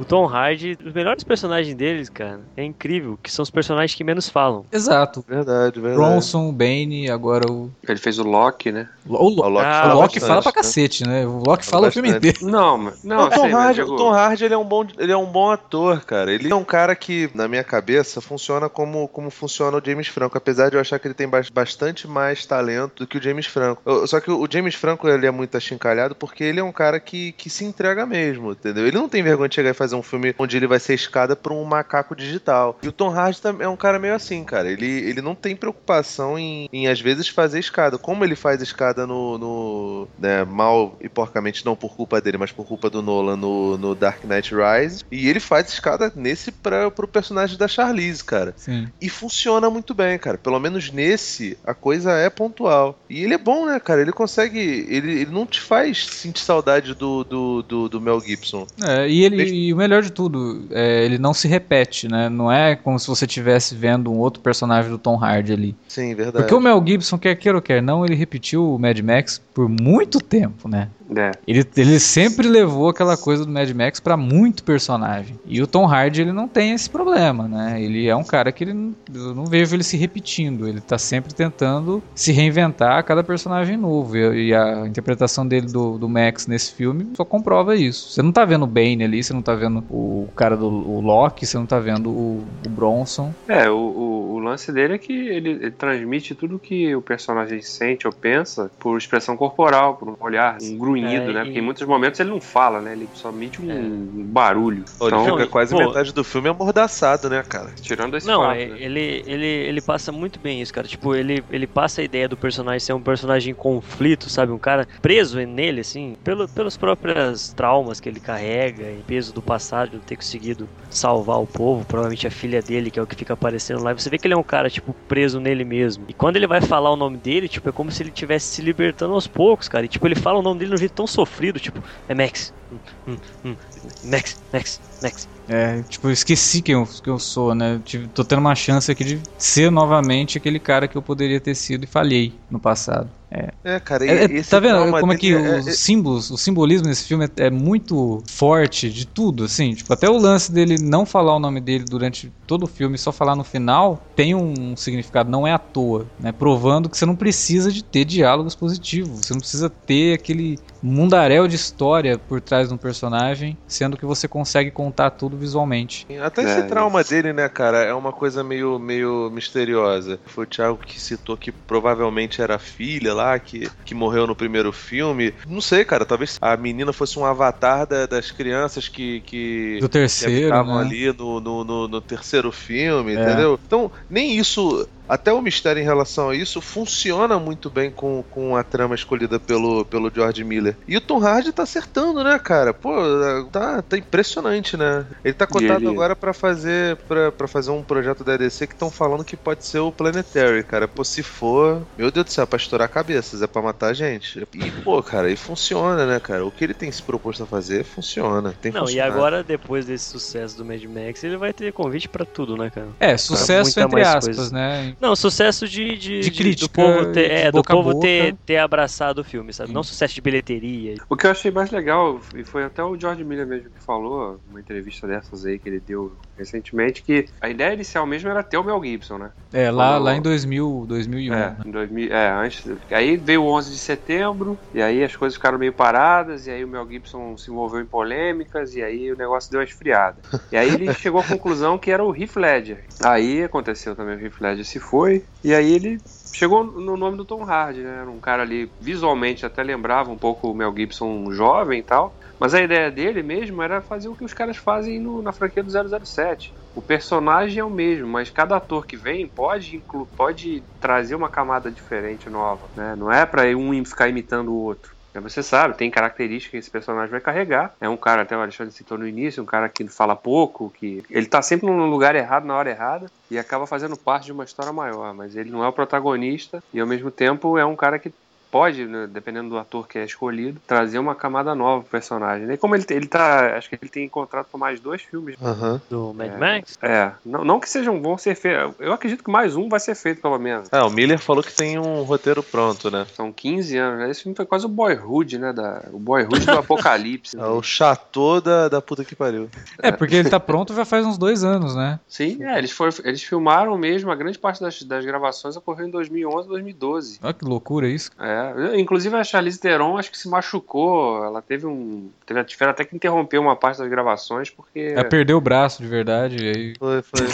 o Tom Hardy, os melhores personagens deles, cara, é incrível, que são os personagens que menos falam. Exato. Verdade, verdade. Bronson, Bane, agora o... Ele fez o Loki, né? O, Lo... O Loki Ah, fala o Loki bastante, fala pra né? cacete, né? O Loki Fala fala o filme bastante. inteiro. Não, mas... Não, o Tom sei, mas Hardy, digo- o Tom Hardy ele é um bom, ele é um bom ator, cara. Ele é um cara que, na minha cabeça, funciona como, como funciona o James Franco, apesar de eu achar que ele tem bas- bastante mais talento do que o James Franco. Eu- só que o James Franco ele é muito achincalhado porque ele é um cara que, que se entrega mesmo, entendeu? Ele não tem vergonha de chegar e fazer um filme onde ele vai ser escada por um macaco digital. E o Tom Hardy também é um cara meio assim, cara. Ele, ele não tem preocupação em, em, às vezes, fazer escada. Como ele faz escada no... no né, mal e porcamente, não por culpa dele, mas por culpa do Nolan no, no Dark Knight Rises. E ele faz escada nesse pra, pro personagem da Charlize, cara. Sim. E funciona muito bem, cara. Pelo menos nesse, a coisa é pontual. E ele é bom, né, cara? Ele consegue... Ele, ele não te faz sentir saudade do, do, do, do Mel Gibson. É, e, ele, Deixa- e o melhor de tudo, é, ele não se repete, né? Não é como se você estivesse vendo um outro personagem do Tom Hardy ali. Sim, verdade. Porque o Mel Gibson, quer queira ou quer não, ele repetiu o Mad Max por muito tempo, né? É. Ele, ele sempre levou aquela coisa do Mad Max pra muito personagem. E o Tom Hardy, ele não tem esse problema, né? Ele é um cara que ele não, eu não vejo ele se repetindo. Ele tá sempre tentando se reinventar a cada personagem novo. E, e a interpretação dele do, do Max nesse filme só comprova isso. Você não tá vendo o Bane ali, você não tá vendo o cara do o Loki, você não tá vendo o, o Bronson. É, o, o, o lance dele é que ele, ele transmite tudo que o personagem sente ou pensa por expressão corporal, por um olhar, um grunhido, É, né? e- Porque em muitos momentos ele não fala, né? Ele só emite um barulho. Pô, ele Então, fica quase pô- metade do filme amordaçado, né, cara? tirando esse Não, fato, é- né? ele, ele, ele passa muito bem isso, cara. Tipo, ele, ele passa a ideia do personagem ser um personagem em conflito, sabe? Um cara preso nele, assim, pelo, pelos próprios traumas que ele carrega e peso do passado, de não ter conseguido salvar o povo. Provavelmente a filha dele, que é o que fica aparecendo lá. E você vê que ele é um cara, tipo, preso nele mesmo. E quando ele vai falar o nome dele, tipo, é como se ele estivesse se libertando aos poucos, cara. E, tipo, ele fala o nome dele de um jeito tão sofrido, tipo, é Max. Hum, hum, hum. Max, Max, Max. É, tipo, eu esqueci quem eu, que eu sou, né? Tive, tô tendo uma chance aqui de ser novamente aquele cara que eu poderia ter sido e falhei no passado. É. É, cara, e É, é, esse tá vendo trauma como é que dele é- os é- símbolos, o simbolismo nesse filme é, é muito forte de tudo, assim, tipo, até o lance dele não falar o nome dele durante todo o filme, só falar no final, tem um significado, não é à toa, né, provando que você não precisa de ter diálogos positivos, você não precisa ter aquele mundaréu de história por trás de um personagem, sendo que você consegue contar tudo visualmente. Até É, esse trauma isso. dele, né, cara, é uma coisa meio, meio misteriosa. Foi o Thiago que citou que provavelmente era a filha lá, que, que morreu no primeiro filme. Não sei, cara, talvez a menina fosse um avatar da- das crianças que, que, Do que terceiro, habitavam né? ali no, no, no- no terceiro filme, É. entendeu? Então, nem isso... Até o mistério em relação a isso funciona muito bem com, com a trama escolhida pelo, pelo George Miller. E o Tom Hardy tá acertando, né, cara? Pô, tá, tá impressionante, né? Ele tá cotado ele- agora pra fazer, pra, pra fazer um projeto da D C que estão falando que pode ser o Planetary, cara. Pô, se for, meu Deus do céu, é pra estourar cabeças, é pra matar gente. E, pô, cara, e funciona, né, cara? O que ele tem se proposto a fazer, funciona. Tem Não, e funcionado. agora, depois desse sucesso do Mad Max, ele vai ter convite pra tudo, né, cara? É, sucesso muita entre mais aspas, coisa. né? Não, sucesso de, de, De de- crítica, do povo ter, de é, do boca a povo boca. ter, ter abraçado o filme, sabe? Sim. Não sucesso de bilheteria. O que eu achei mais legal, e foi até o George Miller mesmo que falou, uma entrevista dessas aí que ele deu recentemente, que a ideia inicial mesmo era ter o Mel Gibson, né? É, lá, Quando- lá em dois mil, dois mil e um. É, né? em dois mil, é, antes. Aí veio o onze de setembro, e aí as coisas ficaram meio paradas, e aí o Mel Gibson se envolveu em polêmicas, e aí o negócio deu uma esfriada. E aí ele chegou à conclusão que era o Heath Ledger. Aí aconteceu também, o Heath Ledger se foi, e aí ele chegou no nome do Tom Hardy, né? Era um cara ali, visualmente até lembrava um pouco o Mel Gibson jovem e tal, mas a ideia dele mesmo era fazer o que os caras fazem no, na franquia do zero zero sete. O personagem é o mesmo, mas cada ator que vem pode, inclu, pode trazer uma camada diferente, nova, né? Não é pra um ficar imitando o outro. Você sabe, tem características que esse personagem vai carregar. É um cara, até o Alexandre citou no início, um cara que fala pouco, que ele tá sempre no lugar errado, na hora errada, e acaba fazendo parte de uma história maior, mas ele não é o protagonista, e ao mesmo tempo é um cara que pode, né, dependendo do ator que é escolhido, trazer uma camada nova pro personagem. E como ele, ele tá, acho que ele tem contrato por mais dois filmes. Aham. Do Mad É. Max? É, não, não que sejam, vão ser feitos. Eu acredito que mais um vai ser feito, pelo menos. Ah, o Miller falou que tem um roteiro pronto, né? São quinze anos, né? Esse filme foi quase o Boyhood, né? Da, o Boyhood do Apocalipse. É o chateau da, da puta que pariu. É, porque ele tá pronto já faz uns dois anos, né? Sim, é, eles, foram, eles filmaram mesmo, a grande parte das, das gravações ocorreu em dois mil e onze, dois mil e doze. Olha que loucura isso. É, inclusive a Charlize Theron acho que se machucou, ela teve um... Teve, tiveram até que interromper uma parte das gravações, porque... Ela perdeu o braço de verdade e aí... Foi, foi.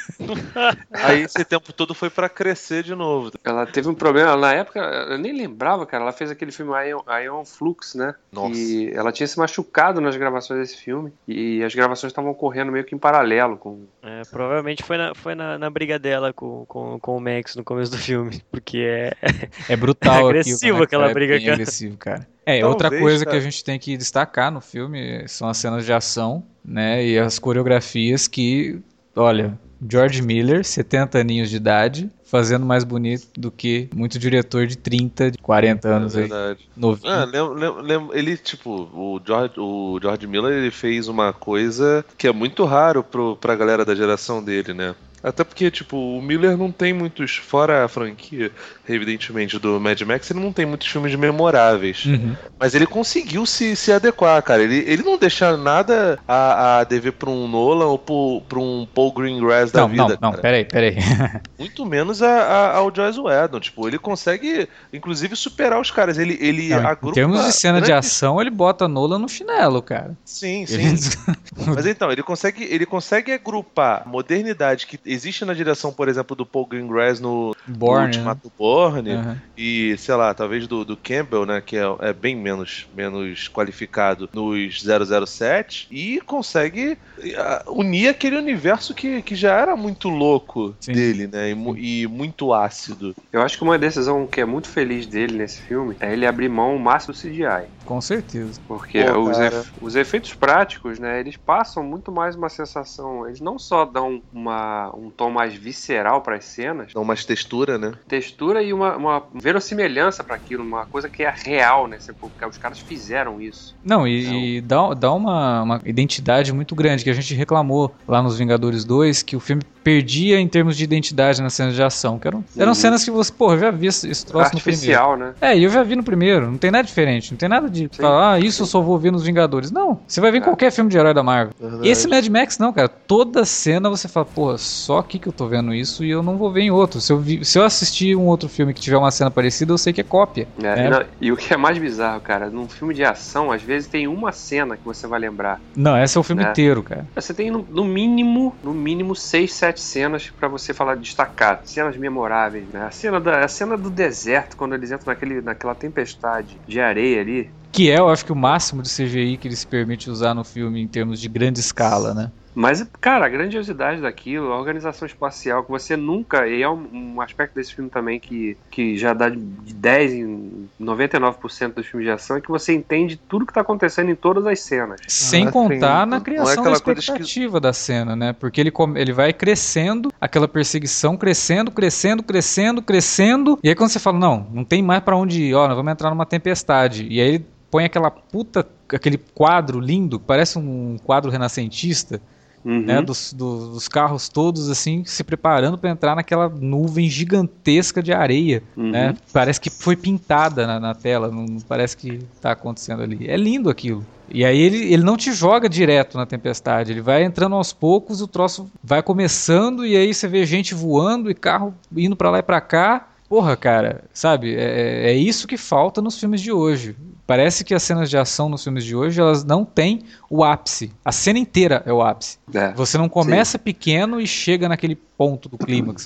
Aí esse tempo todo foi pra crescer de novo. Ela teve um problema, na época, eu nem lembrava, cara, ela fez aquele filme Ion, Ion Flux, né? Nossa. E ela tinha se machucado nas gravações desse filme, e as gravações estavam correndo meio que em paralelo com... É, provavelmente foi na, foi na, na briga dela com, com, com o Max no começo do filme, porque é... É brutal É agressivo aquilo, né, aquela cara? briga, É bem cara. agressivo, cara. É, Talvez, outra coisa cara. que a gente tem que destacar no filme são as cenas de ação, né, e as coreografias que, olha, George Miller, setenta aninhos de idade, fazendo mais bonito do que muito diretor de trinta, de quarenta anos É aí, verdade. novinho. Ah, lem- lem- lem- ele, tipo, o George, o George Miller, ele fez uma coisa que é muito raro pro, pra galera da geração dele, né? Até porque, tipo, o Miller não tem muitos, fora a franquia, evidentemente, do Mad Max, ele não tem muitos filmes memoráveis. Uhum. Mas ele conseguiu se, se adequar, cara. Ele, ele não deixa nada a, a dever pra um Nolan ou pro, pra um Paul Greengrass da Não, vida, não, não, cara. peraí, peraí. Muito menos a, a- ao Joss Whedon. Tipo, ele consegue, inclusive, superar os caras. Ele, ele Não, agrupa... em termos de cena de grandes- ação, ele bota Nolan no chinelo, cara. Sim, sim. Ele- Mas então, ele consegue, ele consegue agrupar a modernidade que existe na direção, por exemplo, do Paul Greengrass no, no Bourne, Ultimato Bourne, Uhum. e, sei lá, talvez do, do Campbell, né, que é, é bem menos, menos qualificado nos zero zero sete, e consegue ah, unir aquele universo que, que já era muito louco Sim. dele, né, e, mu- e muito ácido. Eu acho que uma decisão que é muito feliz dele nesse filme é ele abrir mão o máximo do C G I. Com certeza. Porque Pô, os, cara. efe- os efeitos práticos, né, eles passam muito mais uma sensação, eles não só dão uma, um tom mais visceral para as cenas, Dá umas textura, né? textura e uma, uma verossimilhança para aquilo, uma coisa que é real, né, você- porque os caras fizeram isso. Não, e, e dá, dá uma, uma identidade muito grande, que a gente reclamou lá nos Vingadores dois, que o filme perdia em termos de identidade nas cenas de ação, que eram, eram Uhum. cenas que você, porra, eu já vi esse, esse troço no primeiro. Artificial, né? É, e eu já vi no primeiro, não tem nada diferente, não tem nada de Sim. falar, ah, isso eu só vou ver nos Vingadores. Não, você vai ver em É. qualquer filme de herói da Marvel. Verdade. Esse Mad Max não, cara, toda cena você fala, porra, só aqui que eu tô vendo isso e eu não vou ver em outro. Se eu, vi, se eu assistir um outro filme que tiver uma cena parecida, eu sei que é cópia. É, né? e, não- e o que é mais bizarro, cara, num filme de ação, às vezes tem uma cena que você vai lembrar. Não, esse é o filme Né? inteiro, cara. Você tem no, no mínimo, no mínimo seis, sete cenas pra você falar destacar, cenas memoráveis, né? A cena da a cena do deserto quando eles entram naquele naquela tempestade de areia ali. Que é, eu acho que o máximo de C G I que ele se permite usar no filme em termos de grande escala, né? Mas, cara, a grandiosidade daquilo, a organização espacial, que você nunca. E é um, um aspecto desse filme também que, que já dá de dez em noventa e nove por cento dos filmes de ação, é que você entende tudo que tá acontecendo em todas as cenas. Sem Ah, contar sim. na Não é criação da aquela coisa expectativa da cena, né? Porque ele, come- ele vai crescendo, aquela perseguição crescendo, crescendo, crescendo, crescendo. E aí quando você fala, não, não tem mais pra onde ir, ó, nós vamos entrar numa tempestade. E aí ele põe aquela puta, aquele quadro lindo, que parece um quadro renascentista, Uhum. né? Dos, dos, dos carros todos, assim, se preparando pra entrar naquela nuvem gigantesca de areia, Uhum. né? Parece que foi pintada na, na tela, não não parece que tá acontecendo ali. É lindo aquilo. E aí ele, ele não te joga direto na tempestade, ele vai entrando aos poucos, o troço vai começando e aí você vê gente voando e carro indo pra lá e pra cá. Porra, cara, sabe, é, é isso que falta nos filmes de hoje. Parece que as cenas de ação nos filmes de hoje, elas não têm o ápice. A cena inteira é o ápice. É. Você não começa pequeno e chega naquele ponto do clímax.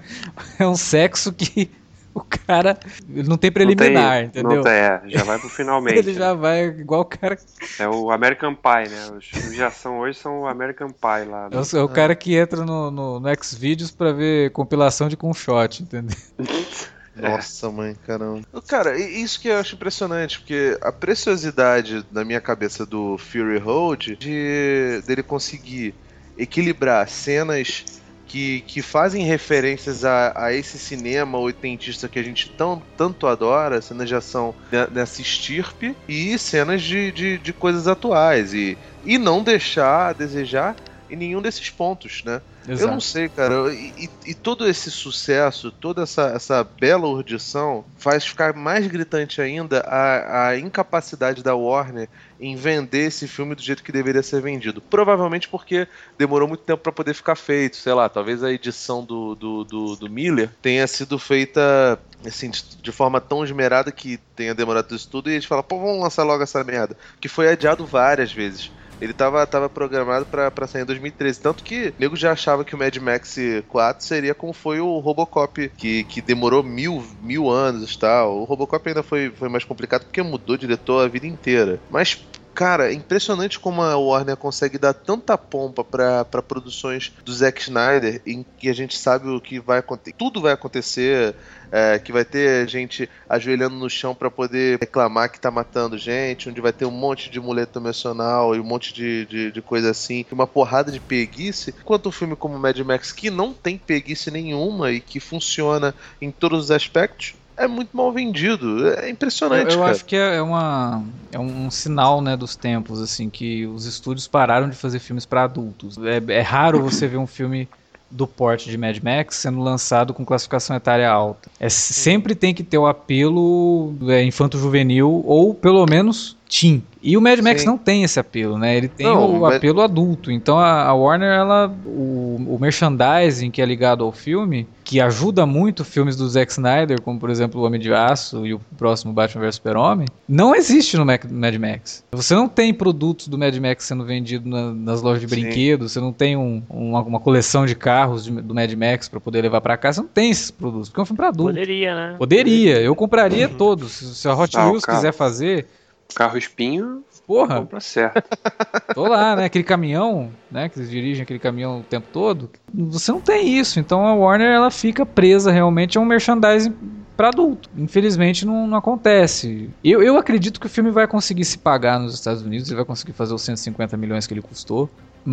É um sexo que o cara ele não tem preliminar, não tem, entendeu? Não tem, é, já vai pro finalmente. Ele já vai igual o cara. É o American Pie, né? Os filmes de ação hoje são o American Pie lá. É o, é o cara que entra no, no, no Xvideos pra ver compilação de com shot, entendeu? Nossa, mãe, caramba. Cara, e isso que eu acho impressionante, porque a preciosidade na minha cabeça do Fury Road de dele conseguir equilibrar cenas que, que fazem referências a, a esse cinema oitentista que a gente tão, tanto adora, cenas de ação nessa estirpe e cenas de, de, de coisas atuais, e, e não deixar a desejar em nenhum desses pontos, né? Exato. Eu não sei, cara, e, e todo esse sucesso, toda essa, essa bela urdição faz ficar mais gritante ainda a, a incapacidade da Warner em vender esse filme do jeito que deveria ser vendido. Provavelmente porque demorou muito tempo para poder ficar feito, sei lá, talvez a edição do, do, do, do Miller tenha sido feita assim, de, de forma tão esmerada que tenha demorado isso tudo, e eles falam, pô, vamos lançar logo essa merda, que foi adiado várias vezes. Ele tava, tava programado pra, pra sair em dois mil e treze. Tanto que o nego já achava que o Mad Max quatro seria como foi o Robocop, que, que demorou mil, mil anos e tal. O Robocop ainda foi, foi mais complicado porque mudou o diretor a vida inteira. Mas, cara, é impressionante como a Warner consegue dar tanta pompa pra, pra produções do Zack Snyder, em que a gente sabe o que vai acontecer. Tudo vai acontecer. É, que vai ter gente ajoelhando no chão pra poder reclamar que tá matando gente, onde vai ter um monte de muleta emocional e um monte de, de, de coisa assim, uma porrada de preguice, enquanto um filme como Mad Max, que não tem preguice nenhuma e que funciona em todos os aspectos, é muito mal vendido. É impressionante, eu, eu cara. acho que é, uma, é um sinal, né, dos tempos, assim, que os estúdios pararam de fazer filmes pra adultos. É, é raro você ver um filme do porte de Mad Max sendo lançado com classificação etária alta. É, sempre tem que ter o apelo é, infanto-juvenil ou pelo menos teen. E o Mad Max Sim. não tem esse apelo, né? Ele tem não, o mas... apelo adulto. Então a, a Warner, ela, o, o merchandising que é ligado ao filme, que ajuda muito filmes do Zack Snyder, como por exemplo o Homem de Aço e o próximo Batman versus Super-Homem, não existe no Mac, Mad Max. Você não tem produtos do Mad Max sendo vendido na, nas lojas de Sim. brinquedos, você não tem um, uma, uma coleção de carros de, do Mad Max pra poder levar pra casa, você não tem esses produtos, porque é um filme pra adulto. Poderia, né? Poderia, eu compraria todos. Se a Hot Wheels ah, quiser fazer... Carro espinho, porra, compra certo. Tô lá, né? Aquele caminhão, né? Que eles dirigem aquele caminhão o tempo todo. Você não tem isso. Então a Warner, ela fica presa realmente a um merchandising para adulto. Infelizmente não, não acontece. Eu, eu acredito que o filme vai conseguir se pagar nos Estados Unidos. Ele vai conseguir fazer os cento e cinquenta milhões que ele custou.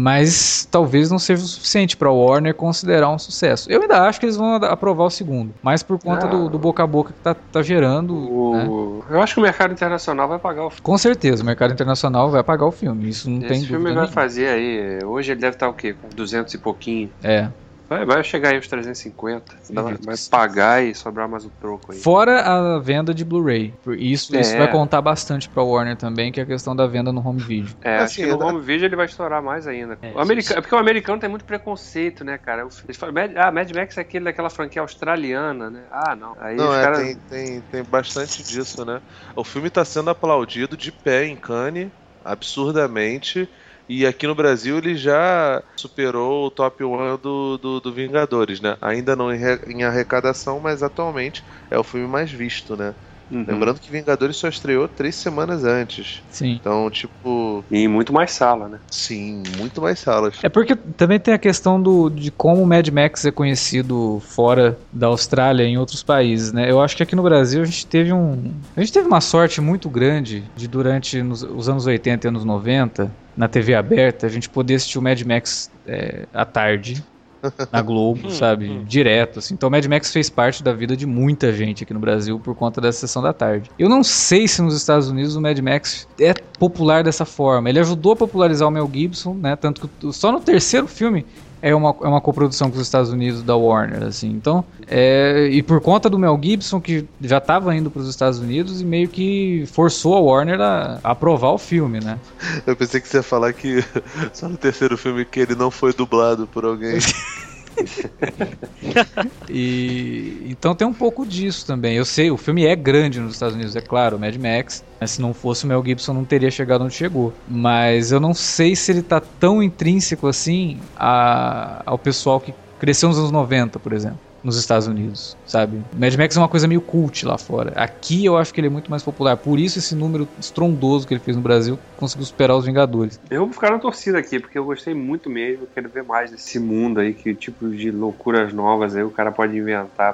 Mas talvez não seja o suficiente para a Warner considerar um sucesso. Eu ainda acho que eles vão aprovar o segundo, mas por conta ah, do, do boca a boca que tá, tá gerando. O... Né? Eu acho que o mercado internacional vai pagar o filme. Com certeza, o mercado internacional vai pagar o filme. Isso não Esse tem dúvida. Esse filme vai nenhuma. fazer aí. Hoje ele deve estar o quê? Com duzentos e pouquinho. É. Vai, vai chegar aí os trezentos e cinquenta. Vai, vai pagar e sobrar mais um troco aí. Fora a venda de Blu-ray. Isso, é. isso vai contar bastante pra Warner também, que é a questão da venda no home video. É, assim, acho que no né? home video ele vai estourar mais ainda. É, o americano, é porque o americano tem muito preconceito, né, cara? Eles falam, ah, Mad Max é aquele daquela franquia australiana, né? Ah, não. Aí não, os é, caras... tem, tem, tem bastante disso, né? O filme tá sendo aplaudido de pé em Cannes, absurdamente. E aqui no Brasil ele já superou o top um do, do, do Vingadores, né? Ainda não em, re, em arrecadação, mas atualmente é o filme mais visto, né? Uhum. Lembrando que Vingadores só estreou três semanas antes. Sim. Então, tipo... E muito mais sala, né? Sim, muito mais salas. É porque também tem a questão do, de como o Mad Max é conhecido fora da Austrália e em outros países, né? Eu acho que aqui no Brasil a gente teve um... A gente teve uma sorte muito grande de durante nos, os anos oitenta e anos noventa, na T V aberta, a gente poder assistir o Mad Max é, à tarde... na Globo, sabe? Direto, assim. Então o Mad Max fez parte da vida de muita gente aqui no Brasil por conta dessa sessão da tarde. Eu não sei se nos Estados Unidos o Mad Max é popular dessa forma. Ele ajudou a popularizar o Mel Gibson, né? Tanto que só no terceiro filme é uma, é uma coprodução com os Estados Unidos da Warner, assim. Então, é, e por conta do Mel Gibson, que já estava indo para os Estados Unidos e meio que forçou a Warner a, a aprovar o filme, né? Eu pensei que você ia falar que só no terceiro filme que ele não foi dublado por alguém. E então tem um pouco disso também. Eu sei, o filme é grande nos Estados Unidos, é claro, o Mad Max, mas se não fosse o Mel Gibson não teria chegado onde chegou. Mas eu não sei se ele tá tão intrínseco assim a, ao pessoal que cresceu nos anos noventa, por exemplo, nos Estados Unidos, sabe? Mad Max é uma coisa meio cult lá fora. Aqui eu acho que ele é muito mais popular. Por isso esse número estrondoso que ele fez no Brasil conseguiu superar os Vingadores. Eu vou ficar na torcida aqui, porque eu gostei muito mesmo. Eu quero ver mais desse mundo aí, que tipo de loucuras novas aí o cara pode inventar pra...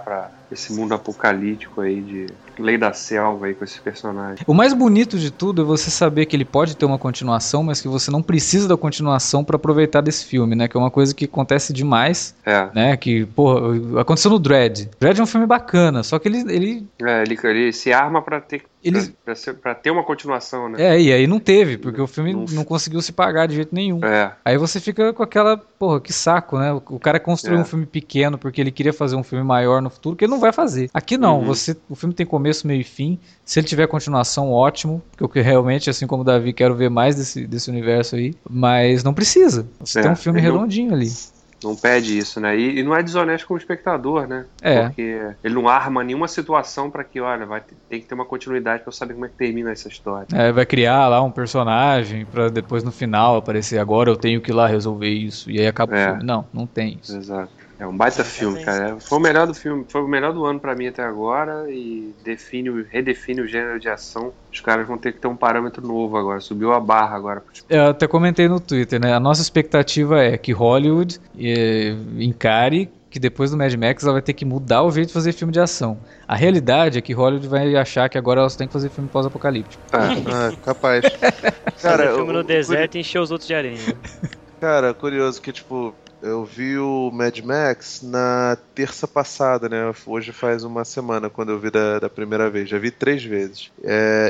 esse mundo apocalíptico aí de Lei da Selva aí com esses personagens. O mais bonito de tudo é você saber que ele pode ter uma continuação, mas que você não precisa da continuação pra aproveitar desse filme, né? Que é uma coisa que acontece demais, É. né? Que, porra, aconteceu no Dredd. Dredd é um filme bacana, só que ele... ele, É, ele, ele se arma pra ter, ele pra, pra, ser- pra ter uma continuação, né? é, e aí não teve, porque o filme Não- não conseguiu se pagar de jeito nenhum. É. Aí você fica com aquela, porra, que saco, né? O, o cara construiu É. um filme pequeno porque ele queria fazer um filme maior no futuro, que ele não vai fazer. Aqui não, Uhum. você, o filme tem começo, meio e fim. Se ele tiver continuação, ótimo, porque eu realmente, assim como o Davi, quero ver mais desse, desse universo aí. Mas não precisa. Você É, tem um filme ele não- redondinho ali. Não pede isso, né? E, e não é desonesto com o espectador, né? É. Porque ele não arma nenhuma situação pra que, olha, vai ter, tem que ter uma continuidade pra eu saber como é que termina essa história. É, vai criar lá um personagem pra depois no final aparecer, agora eu tenho que ir lá resolver isso. E aí acaba É. o filme. Não, não tem isso. Exato. É um baita filme, cara. Foi o melhor do filme, foi o melhor do ano pra mim até agora e define, o- redefine o gênero de ação. Os caras vão ter que ter um parâmetro novo agora, subiu a barra agora. Eu até comentei no Twitter, né? A nossa expectativa é que Hollywood eh, encare que depois do Mad Max ela vai ter que mudar o jeito de fazer filme de ação. A realidade é que Hollywood vai achar que agora elas têm que fazer filme pós-apocalíptico. Ah, capaz. Fazer Cara, filme no o- deserto e encher os outros de areia. Cara, curioso que, tipo, eu vi o Mad Max na terça passada, né? Hoje faz uma semana quando eu vi da, da primeira vez. Já vi três vezes. É,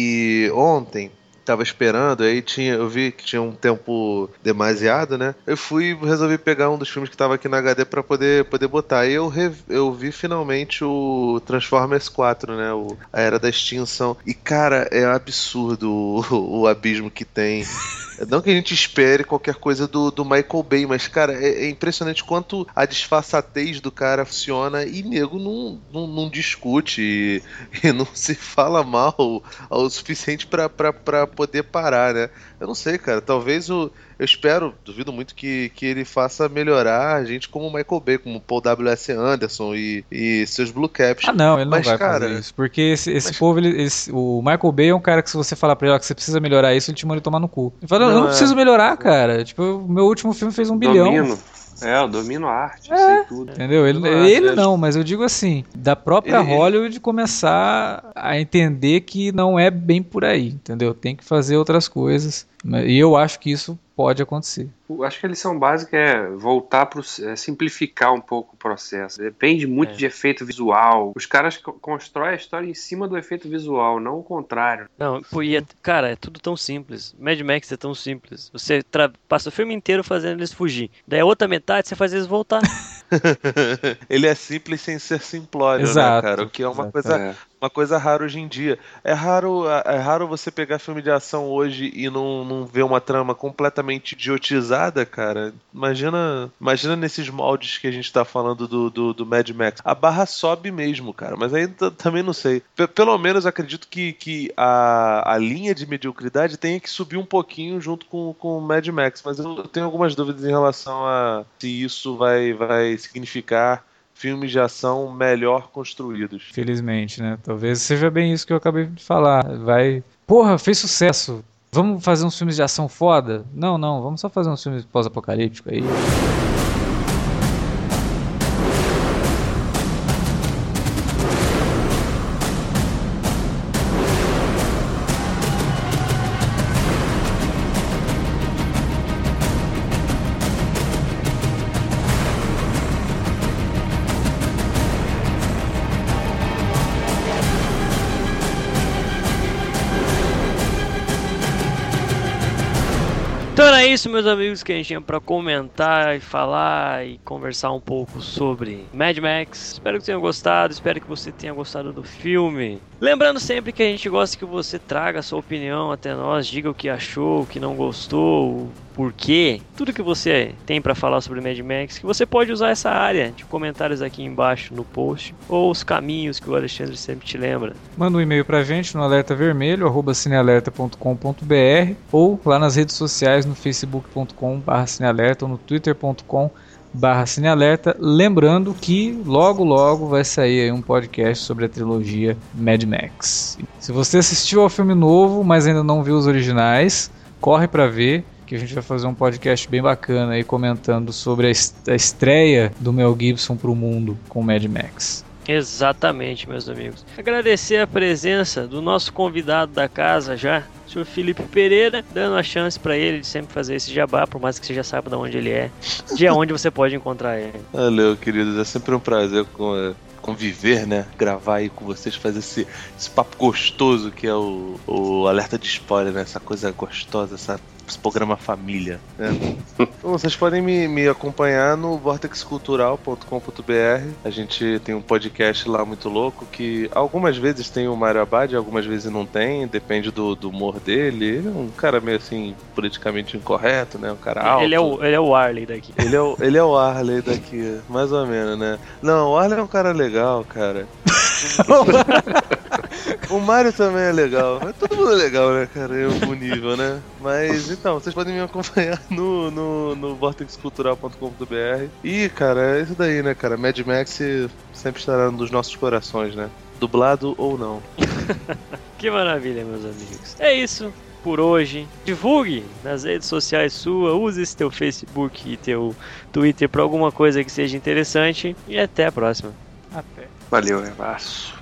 e ontem, tava esperando, aí tinha, eu vi que tinha um tempo demasiado, né? Eu fui resolvi pegar um dos filmes que tava aqui na H D pra poder, poder botar. Aí eu, re, eu vi finalmente o Transformers quatro, né? O, a Era da Extinção. E, cara, é absurdo o, o abismo que tem. Não que a gente espere qualquer coisa do, do Michael Bay, mas, cara, é, é impressionante quanto a disfarçatez do cara funciona e nego não, não, não discute e, e não se fala mal o suficiente pra, pra, pra poder parar, né? Eu não sei, cara, talvez o... Eu espero, duvido muito que, que ele faça melhorar a gente como o Michael Bay, como o Paul W S. Anderson e, e seus Blue Caps. Ah, não, ele não Mas, vai cara, fazer isso. Porque esse, esse mas- povo, ele, esse- o Michael Bay é um cara que se você falar pra ele ó, que você precisa melhorar isso, ele te manda ele tomar no cu. Ele fala, não, eu Não, não é. preciso melhorar, cara. Tipo, o meu último filme fez um bilhão. Domino. É, eu domino a arte, eu sei tudo. Entendeu? Ele, Não, ele acho- não, mas eu digo assim, da própria Ele- ele- Hollywood começar a entender que não é bem por aí, entendeu? Tem que fazer outras coisas. E eu acho que isso pode acontecer. Eu acho que a lição básica é voltar para simplificar um pouco o processo. Depende muito É. de efeito visual. Os caras co- constroem a história em cima do efeito visual, não o contrário. Não, pô, e é- cara, é tudo tão simples. Mad Max é tão simples. Você tra- passa o filme inteiro fazendo eles fugir. Daí a outra metade você faz eles voltar. Ele é simples sem ser simplório, Exato, né, cara? O que é uma exato. coisa, É. uma coisa rara hoje em dia. É raro, é raro você pegar filme de ação hoje e não, não ver uma trama completamente idiotizada, cara. Imagina, imagina nesses moldes que a gente tá falando do, do, do Mad Max. A barra sobe mesmo, cara. Mas aí t- também não sei. P- pelo menos acredito que, que a, a linha de mediocridade tenha que subir um pouquinho junto com, com o Mad Max. Mas eu tenho algumas dúvidas em relação a se isso vai, vai significar filmes de ação melhor construídos. Felizmente, né? Talvez seja bem isso que eu acabei de falar. Vai. Porra, fez sucesso. Vamos fazer uns filmes de ação foda? Não, não, vamos só fazer uns filmes pós-apocalípticos aí. Então era isso, meus amigos, que a gente tinha pra comentar e falar e conversar um pouco sobre Mad Max. Espero que tenham gostado, espero que você tenha gostado do filme. Lembrando sempre que a gente gosta que você traga a sua opinião até nós, diga o que achou, o que não gostou, o porquê, tudo que você tem pra falar sobre Mad Max, que você pode usar essa área de comentários aqui embaixo no post, ou os caminhos que o Alexandre sempre te lembra. Manda um e-mail pra gente no alertavermelho, arroba cinealerta ponto com ponto br, ou lá nas redes sociais no facebook ponto com barra cinealerta ou no twitter ponto com barra cinealerta. Lembrando que logo logo vai sair aí um podcast sobre a trilogia Mad Max. Se você assistiu ao filme novo, mas ainda não viu os originais, corre pra ver, que a gente vai fazer um podcast bem bacana aí comentando sobre a est- a estreia do Mel Gibson pro mundo com Mad Max. Exatamente, meus amigos. Agradecer a presença do nosso convidado da casa já, o senhor Felipe Pereira, dando a chance pra ele de sempre fazer esse jabá, por mais que você já saiba de onde ele é, de onde você pode encontrar ele. Valeu, queridos. É sempre um prazer com, conviver, né? Gravar aí com vocês, fazer esse, esse papo gostoso que é o, o Alerta de Spoiler, né? Essa coisa gostosa, essa esse programa família, né? Então, vocês podem me, me acompanhar no vortex cultural ponto com ponto b r. A gente tem um podcast lá muito louco que algumas vezes tem o Mário Abad, algumas vezes não tem, depende do, do humor dele. Ele é um cara meio assim, politicamente incorreto, né? Um cara alto. Ele é o, ele é o Arley daqui. Ele é o, ele é o Arley daqui, mais ou menos, né? Não, o Arley é um cara legal, cara. O Mário também é legal. Todo mundo é legal, né, cara? Em algum nível, né? Mas então, vocês podem me acompanhar no, no, no vortex cultural ponto com ponto b r. E, cara, é isso daí, né, cara? Mad Max sempre estará nos nossos corações, né? Dublado ou não. Que maravilha, meus amigos. É isso por hoje. Divulgue nas redes sociais sua, use esse teu Facebook e teu Twitter para alguma coisa que seja interessante. E até a próxima. Até. Valeu, abraço.